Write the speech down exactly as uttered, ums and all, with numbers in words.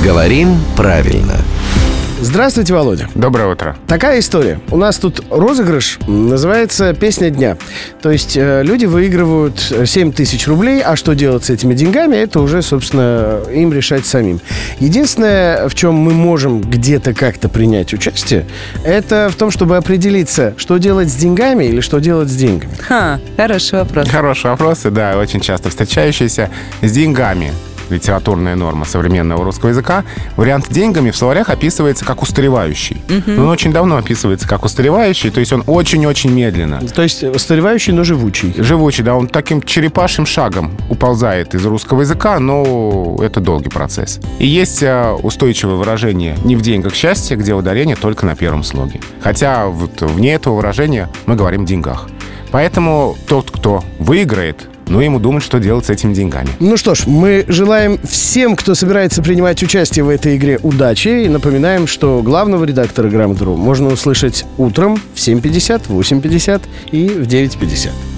Говорим правильно. Здравствуйте, Володя. Доброе утро. Такая история. У нас тут розыгрыш, называется «Песня дня». То есть э, люди выигрывают семь тысяч рублей, а что делать с этими деньгами, это уже, собственно, им решать самим. Единственное, в чем мы можем где-то как-то принять участие, это в том, чтобы определиться, что делать с деньгами или что делать с деньгами. Ха, хороший вопрос. Хорошие вопросы, да, очень часто встречающиеся. С деньгами. Литературная норма современного русского языка. Вариант деньгами в словарях описывается как устаревающий. Мгм. Он очень давно описывается как устаревающий, то есть он очень-очень медленно. То есть устаревающий, но живучий. Живучий, да, он таким черепашьим шагом уползает из русского языка, но это долгий процесс. И есть а, устойчивое выражение «не в деньгах счастье», где ударение только на первом слоге. Хотя вот вне этого выражения мы говорим о деньгах. Поэтому тот, кто выиграет, ну, ему думать, что делать с этими деньгами. Ну что ж, мы желаем всем, кто собирается принимать участие в этой игре, удачи. И напоминаем, что главного редактора «Грамоты точка ру» можно услышать утром в семь пятьдесят, в восемь пятьдесят и в девять пятьдесят.